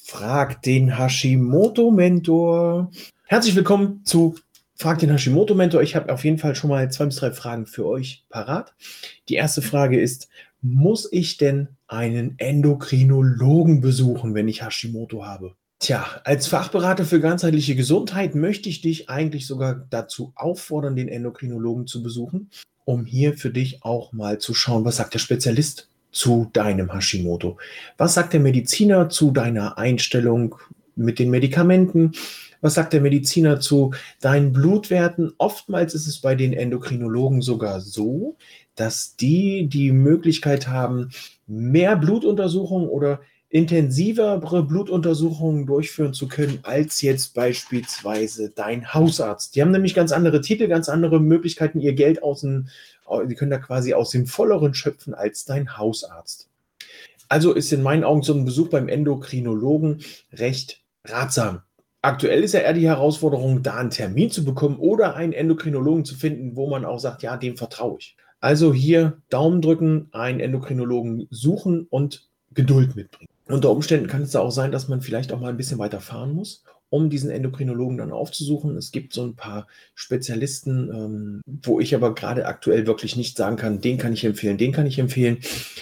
Frag den Hashimoto-Mentor. Herzlich willkommen zu Frag den Hashimoto-Mentor. Ich habe auf jeden Fall schon mal 2 bis 3 Fragen für euch parat. Die erste Frage ist, muss ich denn einen Endokrinologen besuchen, wenn ich Hashimoto habe? Tja, als Fachberater für ganzheitliche Gesundheit möchte ich dich eigentlich sogar dazu auffordern, den Endokrinologen zu besuchen, um hier für dich auch mal zu schauen, was sagt der Spezialist zu deinem Hashimoto? Was sagt der Mediziner zu deiner Einstellung mit den Medikamenten? Was sagt der Mediziner zu deinen Blutwerten? Oftmals ist es bei den Endokrinologen sogar so, dass die Möglichkeit haben, mehr Blutuntersuchungen oder intensivere Blutuntersuchungen durchführen zu können, als jetzt beispielsweise dein Hausarzt. Die haben nämlich ganz andere Titel, ganz andere Möglichkeiten, ihr Geld die können da quasi aus dem Volleren schöpfen als dein Hausarzt. Also ist in meinen Augen so ein Besuch beim Endokrinologen recht ratsam. Aktuell ist ja eher die Herausforderung, da einen Termin zu bekommen oder einen Endokrinologen zu finden, wo man auch sagt, ja, dem vertraue ich. Also hier Daumen drücken, einen Endokrinologen suchen und Geduld mitbringen. Unter Umständen kann es da auch sein, dass man vielleicht auch mal ein bisschen weiter fahren muss, um diesen Endokrinologen dann aufzusuchen. Es gibt so ein paar Spezialisten, wo ich aber gerade aktuell wirklich nicht sagen kann, den kann ich empfehlen, den kann ich empfehlen.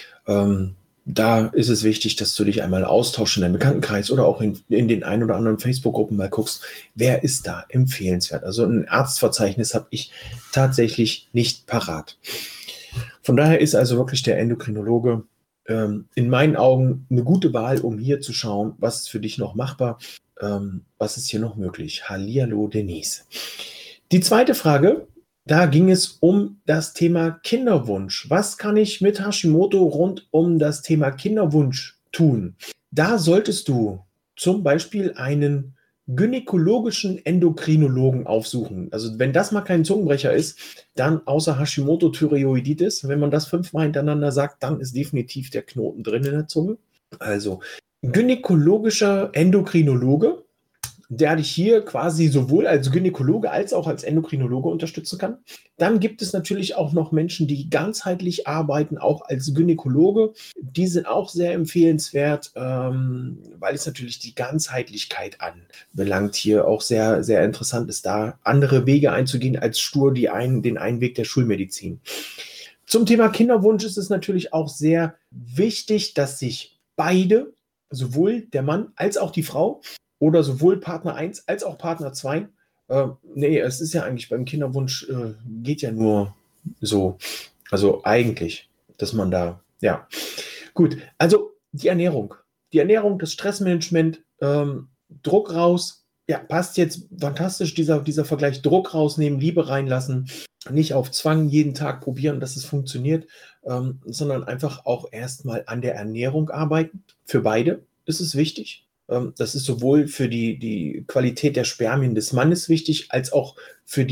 Da ist es wichtig, dass du dich einmal austauschst in deinem Bekanntenkreis oder auch in den ein oder anderen Facebook-Gruppen mal guckst, wer ist da empfehlenswert. Also ein Arztverzeichnis habe ich tatsächlich nicht parat. Von daher ist also wirklich der Endokrinologe in meinen Augen eine gute Wahl, um hier zu schauen, was ist für dich noch machbar, was ist hier noch möglich. Hallihallo, Denise. Die zweite Frage, da ging es um das Thema Kinderwunsch. Was kann ich mit Hashimoto rund um das Thema Kinderwunsch tun? Da solltest du zum Beispiel einen gynäkologischen Endokrinologen aufsuchen. Also wenn das mal kein Zungenbrecher ist, dann außer Hashimoto-Thyreoiditis, wenn man das 5-mal hintereinander sagt, dann ist definitiv der Knoten drin in der Zunge. Also gynäkologischer Endokrinologe, der dich hier quasi sowohl als Gynäkologe als auch als Endokrinologe unterstützen kann. Dann gibt es natürlich auch noch Menschen, die ganzheitlich arbeiten, auch als Gynäkologe. Die sind auch sehr empfehlenswert, weil es natürlich die Ganzheitlichkeit anbelangt. Hier auch sehr, sehr interessant ist, da andere Wege einzugehen als stur den einen Weg der Schulmedizin. Zum Thema Kinderwunsch ist es natürlich auch sehr wichtig, dass sich beide, sowohl der Mann als auch die Frau, oder sowohl Partner 1 als auch Partner 2. Es ist ja eigentlich beim Kinderwunsch, geht ja nur so. Also eigentlich, dass man da, ja. Gut, also die Ernährung. Die Ernährung, das Stressmanagement, Druck raus. Ja, passt jetzt fantastisch, dieser Vergleich. Druck rausnehmen, Liebe reinlassen. Nicht auf Zwang jeden Tag probieren, dass es funktioniert, sondern einfach auch erstmal an der Ernährung arbeiten. Für beide ist es wichtig. Das ist sowohl für die Qualität der Spermien des Mannes wichtig, als auch für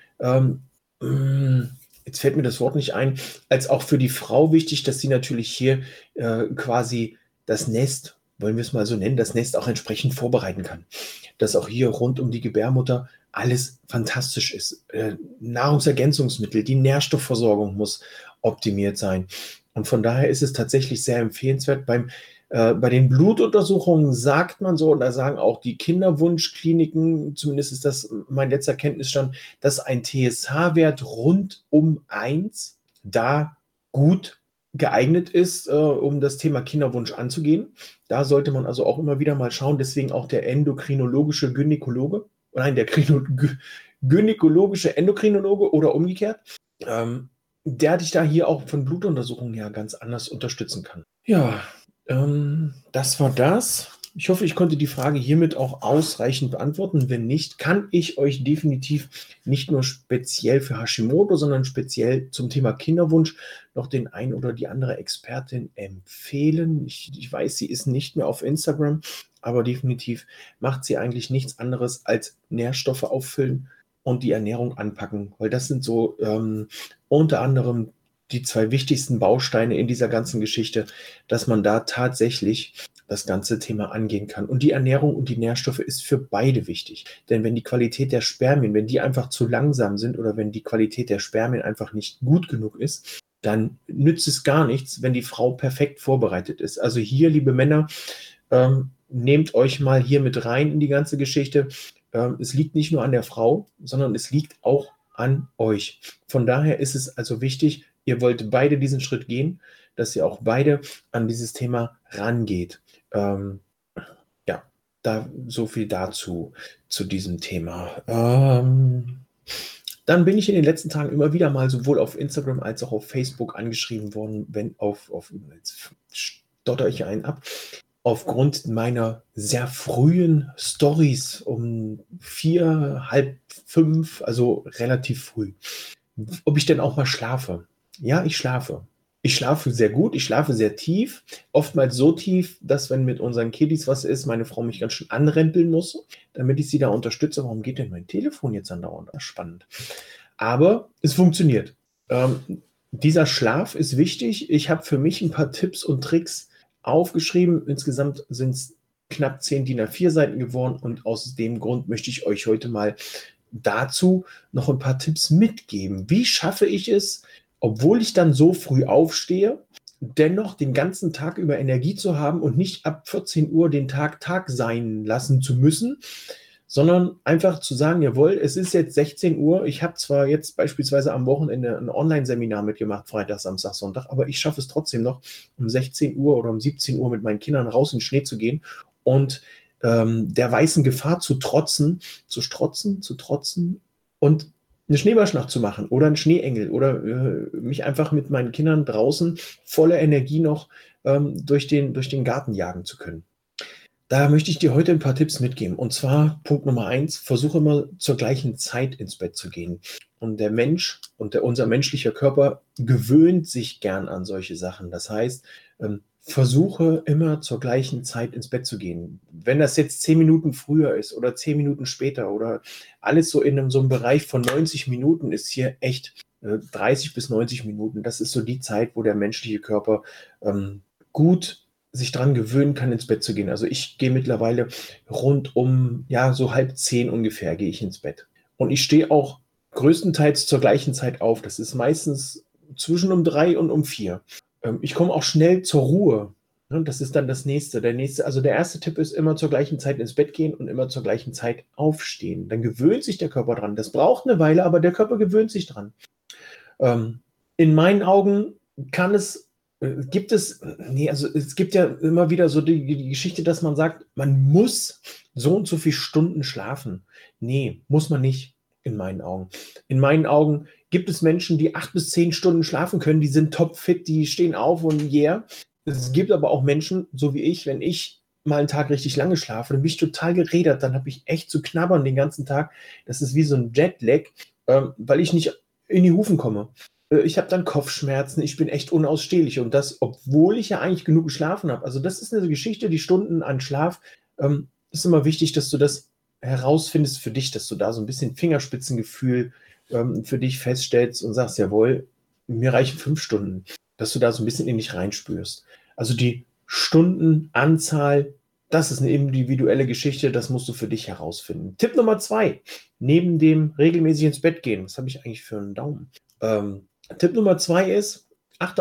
jetzt fällt mir das Wort nicht ein, als auch für die Frau wichtig, dass sie natürlich hier quasi das Nest, wollen wir es mal so nennen, das Nest auch entsprechend vorbereiten kann. Dass auch hier rund um die Gebärmutter alles fantastisch ist. Nahrungsergänzungsmittel, die Nährstoffversorgung muss optimiert sein. Und von daher ist es tatsächlich sehr empfehlenswert. Bei den Blutuntersuchungen sagt man so, und da sagen auch die Kinderwunschkliniken, zumindest ist das mein letzter Kenntnisstand, dass ein TSH-Wert rund um 1 da gut geeignet ist, um das Thema Kinderwunsch anzugehen. Da sollte man also auch immer wieder mal schauen, deswegen auch der endokrinologische Gynäkologe, nein, der gynäkologische Endokrinologe oder umgekehrt, der dich da hier auch von Blutuntersuchungen her ganz anders unterstützen kann. Ja, das war das. Ich hoffe, ich konnte die Frage hiermit auch ausreichend beantworten. Wenn nicht, kann ich euch definitiv nicht nur speziell für Hashimoto, sondern speziell zum Thema Kinderwunsch noch den ein oder die andere Expertin empfehlen. Ich weiß, sie ist nicht mehr auf Instagram, aber definitiv macht sie eigentlich nichts anderes als Nährstoffe auffüllen und die Ernährung anpacken, weil das sind so unter anderem die 2 wichtigsten Bausteine in dieser ganzen Geschichte, dass man da tatsächlich das ganze Thema angehen kann. Und die Ernährung und die Nährstoffe ist für beide wichtig. Denn wenn die Qualität der Spermien, wenn die einfach zu langsam sind oder wenn die Qualität der Spermien einfach nicht gut genug ist, dann nützt es gar nichts, wenn die Frau perfekt vorbereitet ist. Also hier, liebe Männer, Nehmt euch mal hier mit rein in die ganze Geschichte. Es liegt nicht nur an der Frau, sondern es liegt auch an euch. Von daher ist es also wichtig, ihr wollt beide diesen Schritt gehen, dass ihr auch beide an dieses Thema rangeht. Ja, da so viel dazu, zu diesem Thema. Dann bin ich in den letzten Tagen immer wieder mal sowohl auf Instagram als auch auf Facebook angeschrieben worden, jetzt stotter ich einen ab, aufgrund meiner sehr frühen Stories um 4, halb 5, also relativ früh. Ob ich denn auch mal schlafe? Ja, ich schlafe. Ich schlafe sehr gut, ich schlafe sehr tief, oftmals so tief, dass wenn mit unseren Kiddies was ist, meine Frau mich ganz schön anrempeln muss, damit ich sie da unterstütze. Warum geht denn mein Telefon jetzt andauernd? Spannend. Aber es funktioniert. Dieser Schlaf ist wichtig. Ich habe für mich ein paar Tipps und Tricks aufgeschrieben. Insgesamt sind es knapp 10 DIN A4 Seiten geworden und aus dem Grund möchte ich euch heute mal dazu noch ein paar Tipps mitgeben. Wie schaffe ich es, obwohl ich dann so früh aufstehe, dennoch den ganzen Tag über Energie zu haben und nicht ab 14 Uhr den Tag sein lassen zu müssen, sondern einfach zu sagen, jawohl, es ist jetzt 16 Uhr, ich habe zwar jetzt beispielsweise am Wochenende ein Online-Seminar mitgemacht, Freitag, Samstag, Sonntag, aber ich schaffe es trotzdem noch, um 16 Uhr oder um 17 Uhr mit meinen Kindern raus in den Schnee zu gehen und der weißen Gefahr zu trotzen und eine Schneeballschlacht zu machen oder einen Schneeengel oder mich einfach mit meinen Kindern draußen voller Energie noch durch den Garten jagen zu können. Da möchte ich dir heute ein paar Tipps mitgeben. Und zwar Punkt Nummer 1, versuche immer zur gleichen Zeit ins Bett zu gehen. Und der Mensch und unser menschlicher Körper gewöhnt sich gern an solche Sachen. Das heißt, versuche immer zur gleichen Zeit ins Bett zu gehen. Wenn das jetzt 10 Minuten früher ist oder 10 Minuten später oder alles so in so einem Bereich von 90 Minuten ist hier echt 30 bis 90 Minuten. Das ist so die Zeit, wo der menschliche Körper gut sich dran gewöhnen kann, ins Bett zu gehen. Also ich gehe mittlerweile rund um, ja, so 9:30 ungefähr gehe ich ins Bett. Und ich stehe auch größtenteils zur gleichen Zeit auf. Das ist meistens zwischen um 3 und um 4. Ich komme auch schnell zur Ruhe. Das ist dann das nächste. Also der erste Tipp ist immer zur gleichen Zeit ins Bett gehen und immer zur gleichen Zeit aufstehen. Dann gewöhnt sich der Körper dran. Das braucht eine Weile, aber der Körper gewöhnt sich dran. In meinen Augen es gibt ja immer wieder so die Geschichte, dass man sagt, man muss so und so viele Stunden schlafen. Nee, muss man nicht, in meinen Augen. In meinen Augen gibt es Menschen, die 8 bis 10 Stunden schlafen können, die sind topfit, die stehen auf und yeah. Es gibt aber auch Menschen, so wie ich, wenn ich mal einen Tag richtig lange schlafe, dann bin ich total gerädert, dann habe ich echt zu knabbern den ganzen Tag. Das ist wie so ein Jetlag, weil ich nicht in die Hufen komme. Ich habe dann Kopfschmerzen, ich bin echt unausstehlich und das, obwohl ich ja eigentlich genug geschlafen habe. Also das ist eine Geschichte, die Stunden an Schlaf, ist immer wichtig, dass du das herausfindest für dich, dass du da so ein bisschen Fingerspitzengefühl für dich feststellst und sagst, jawohl, mir reichen 5 Stunden, dass du da so ein bisschen in dich reinspürst. Also die Stundenanzahl, das ist eine individuelle Geschichte, das musst du für dich herausfinden. Tipp Nummer 2, neben dem regelmäßig ins Bett gehen, was habe ich eigentlich für einen Daumen? Tipp Nummer 2 ist, achte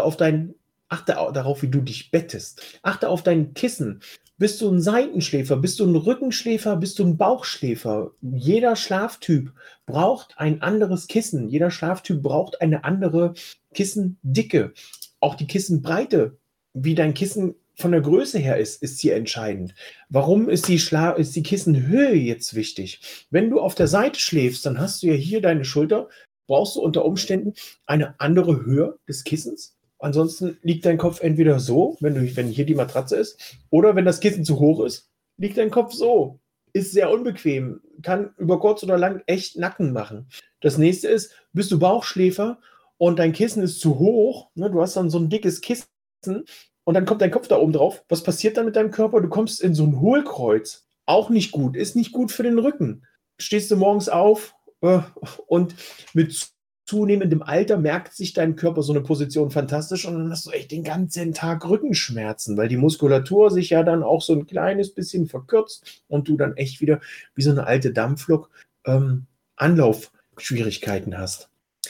darauf, wie du dich bettest. Achte auf dein Kissen. Bist du ein Seitenschläfer? Bist du ein Rückenschläfer? Bist du ein Bauchschläfer? Jeder Schlaftyp braucht ein anderes Kissen. Jeder Schlaftyp braucht eine andere Kissendicke. Auch die Kissenbreite, wie dein Kissen von der Größe her ist hier entscheidend. Warum ist die Kissenhöhe jetzt wichtig? Wenn du auf der Seite schläfst, dann hast du ja hier deine Schulter, brauchst du unter Umständen eine andere Höhe des Kissens. Ansonsten liegt dein Kopf entweder so, wenn hier die Matratze ist, oder wenn das Kissen zu hoch ist, liegt dein Kopf so. Ist sehr unbequem, kann über kurz oder lang echt Nacken machen. Das nächste ist, bist du Bauchschläfer und dein Kissen ist zu hoch, ne, du hast dann so ein dickes Kissen und dann kommt dein Kopf da oben drauf. Was passiert dann mit deinem Körper? Du kommst in so ein Hohlkreuz. Auch nicht gut, ist nicht gut für den Rücken. Stehst du morgens auf, und mit zunehmendem Alter merkt sich dein Körper so eine Position fantastisch und dann hast du echt den ganzen Tag Rückenschmerzen, weil die Muskulatur sich ja dann auch so ein kleines bisschen verkürzt und du dann echt wieder wie so eine alte Dampflok Anlaufschwierigkeiten hast.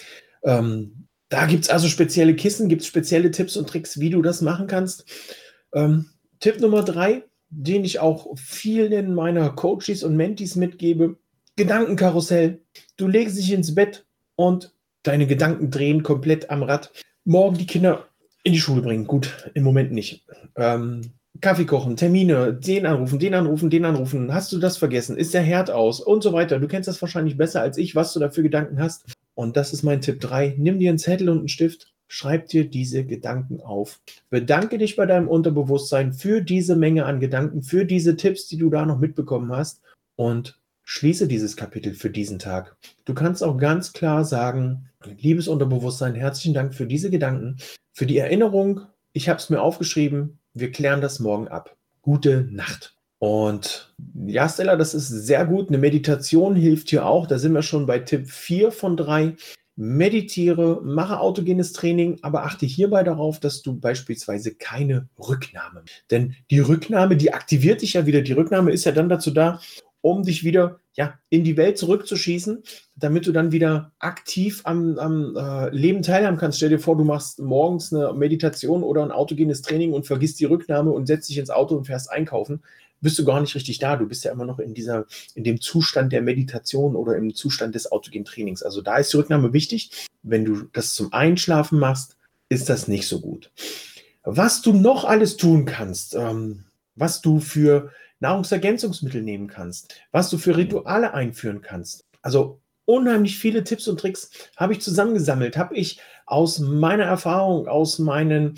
Da gibt es also spezielle Kissen, gibt es spezielle Tipps und Tricks, wie du das machen kannst. Tipp Nummer 3, den ich auch vielen meiner Coaches und Mentees mitgebe. Gedankenkarussell. Du legst dich ins Bett und deine Gedanken drehen komplett am Rad. Morgen die Kinder in die Schule bringen. Gut, im Moment nicht. Kaffee kochen, Termine, den anrufen, den anrufen, den anrufen. Hast du das vergessen? Ist der Herd aus? Und so weiter. Du kennst das wahrscheinlich besser als ich, was du da für Gedanken hast. Und das ist mein Tipp 3. Nimm dir einen Zettel und einen Stift. Schreib dir diese Gedanken auf. Bedanke dich bei deinem Unterbewusstsein für diese Menge an Gedanken, für diese Tipps, die du da noch mitbekommen hast. Und schließe dieses Kapitel für diesen Tag. Du kannst auch ganz klar sagen, liebes Unterbewusstsein, herzlichen Dank für diese Gedanken, für die Erinnerung. Ich habe es mir aufgeschrieben. Wir klären das morgen ab. Gute Nacht. Und ja, Stella, das ist sehr gut. Eine Meditation hilft hier auch. Da sind wir schon bei Tipp 4 von 3. Meditiere, mache autogenes Training, aber achte hierbei darauf, dass du beispielsweise keine Rücknahme. Denn die Rücknahme, die aktiviert dich ja wieder. Die Rücknahme ist ja dann dazu da, um dich wieder in die Welt zurückzuschießen, damit du dann wieder aktiv am Leben teilhaben kannst. Stell dir vor, du machst morgens eine Meditation oder ein autogenes Training und vergisst die Rücknahme und setzt dich ins Auto und fährst einkaufen. Bist du gar nicht richtig da. Du bist ja immer noch in dem Zustand der Meditation oder im Zustand des autogenen Trainings. Also da ist die Rücknahme wichtig. Wenn du das zum Einschlafen machst, ist das nicht so gut. Was du noch alles tun kannst, was du für Nahrungsergänzungsmittel nehmen kannst, was du für Rituale einführen kannst. Also unheimlich viele Tipps und Tricks habe ich zusammengesammelt, habe ich aus meiner Erfahrung, aus meinen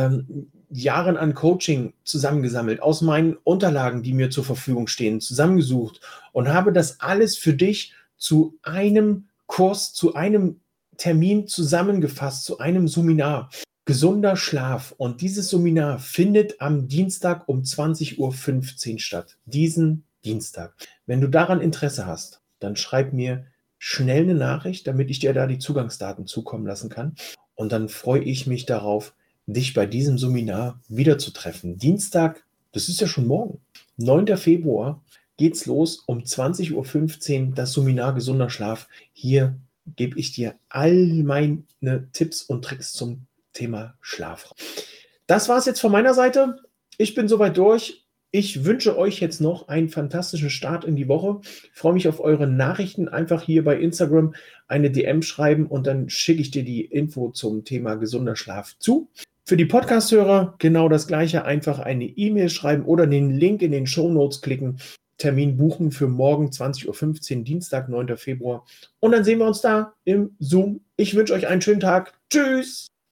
Jahren an Coaching zusammengesammelt, aus meinen Unterlagen, die mir zur Verfügung stehen, zusammengesucht und habe das alles für dich zu einem Kurs, zu einem Termin zusammengefasst, zu einem Seminar. Gesunder Schlaf. Und dieses Seminar findet am Dienstag um 20:15 Uhr statt. Diesen Dienstag. Wenn du daran Interesse hast, dann schreib mir schnell eine Nachricht, damit ich dir da die Zugangsdaten zukommen lassen kann. Und dann freue ich mich darauf, dich bei diesem Seminar wiederzutreffen. Dienstag, das ist ja schon morgen, 9. Februar, geht's los um 20:15 Uhr, das Seminar Gesunder Schlaf. Hier gebe ich dir all meine Tipps und Tricks zum Thema Schlaf. Das war es jetzt von meiner Seite. Ich bin soweit durch. Ich wünsche euch jetzt noch einen fantastischen Start in die Woche. Ich freue mich auf eure Nachrichten. Einfach hier bei Instagram eine DM schreiben und dann schicke ich dir die Info zum Thema gesunder Schlaf zu. Für die Podcast-Hörer genau das Gleiche. Einfach eine E-Mail schreiben oder den Link in den Shownotes klicken. Termin buchen für morgen 20:15 Uhr, Dienstag, 9. Februar. Und dann sehen wir uns da im Zoom. Ich wünsche euch einen schönen Tag. Tschüss!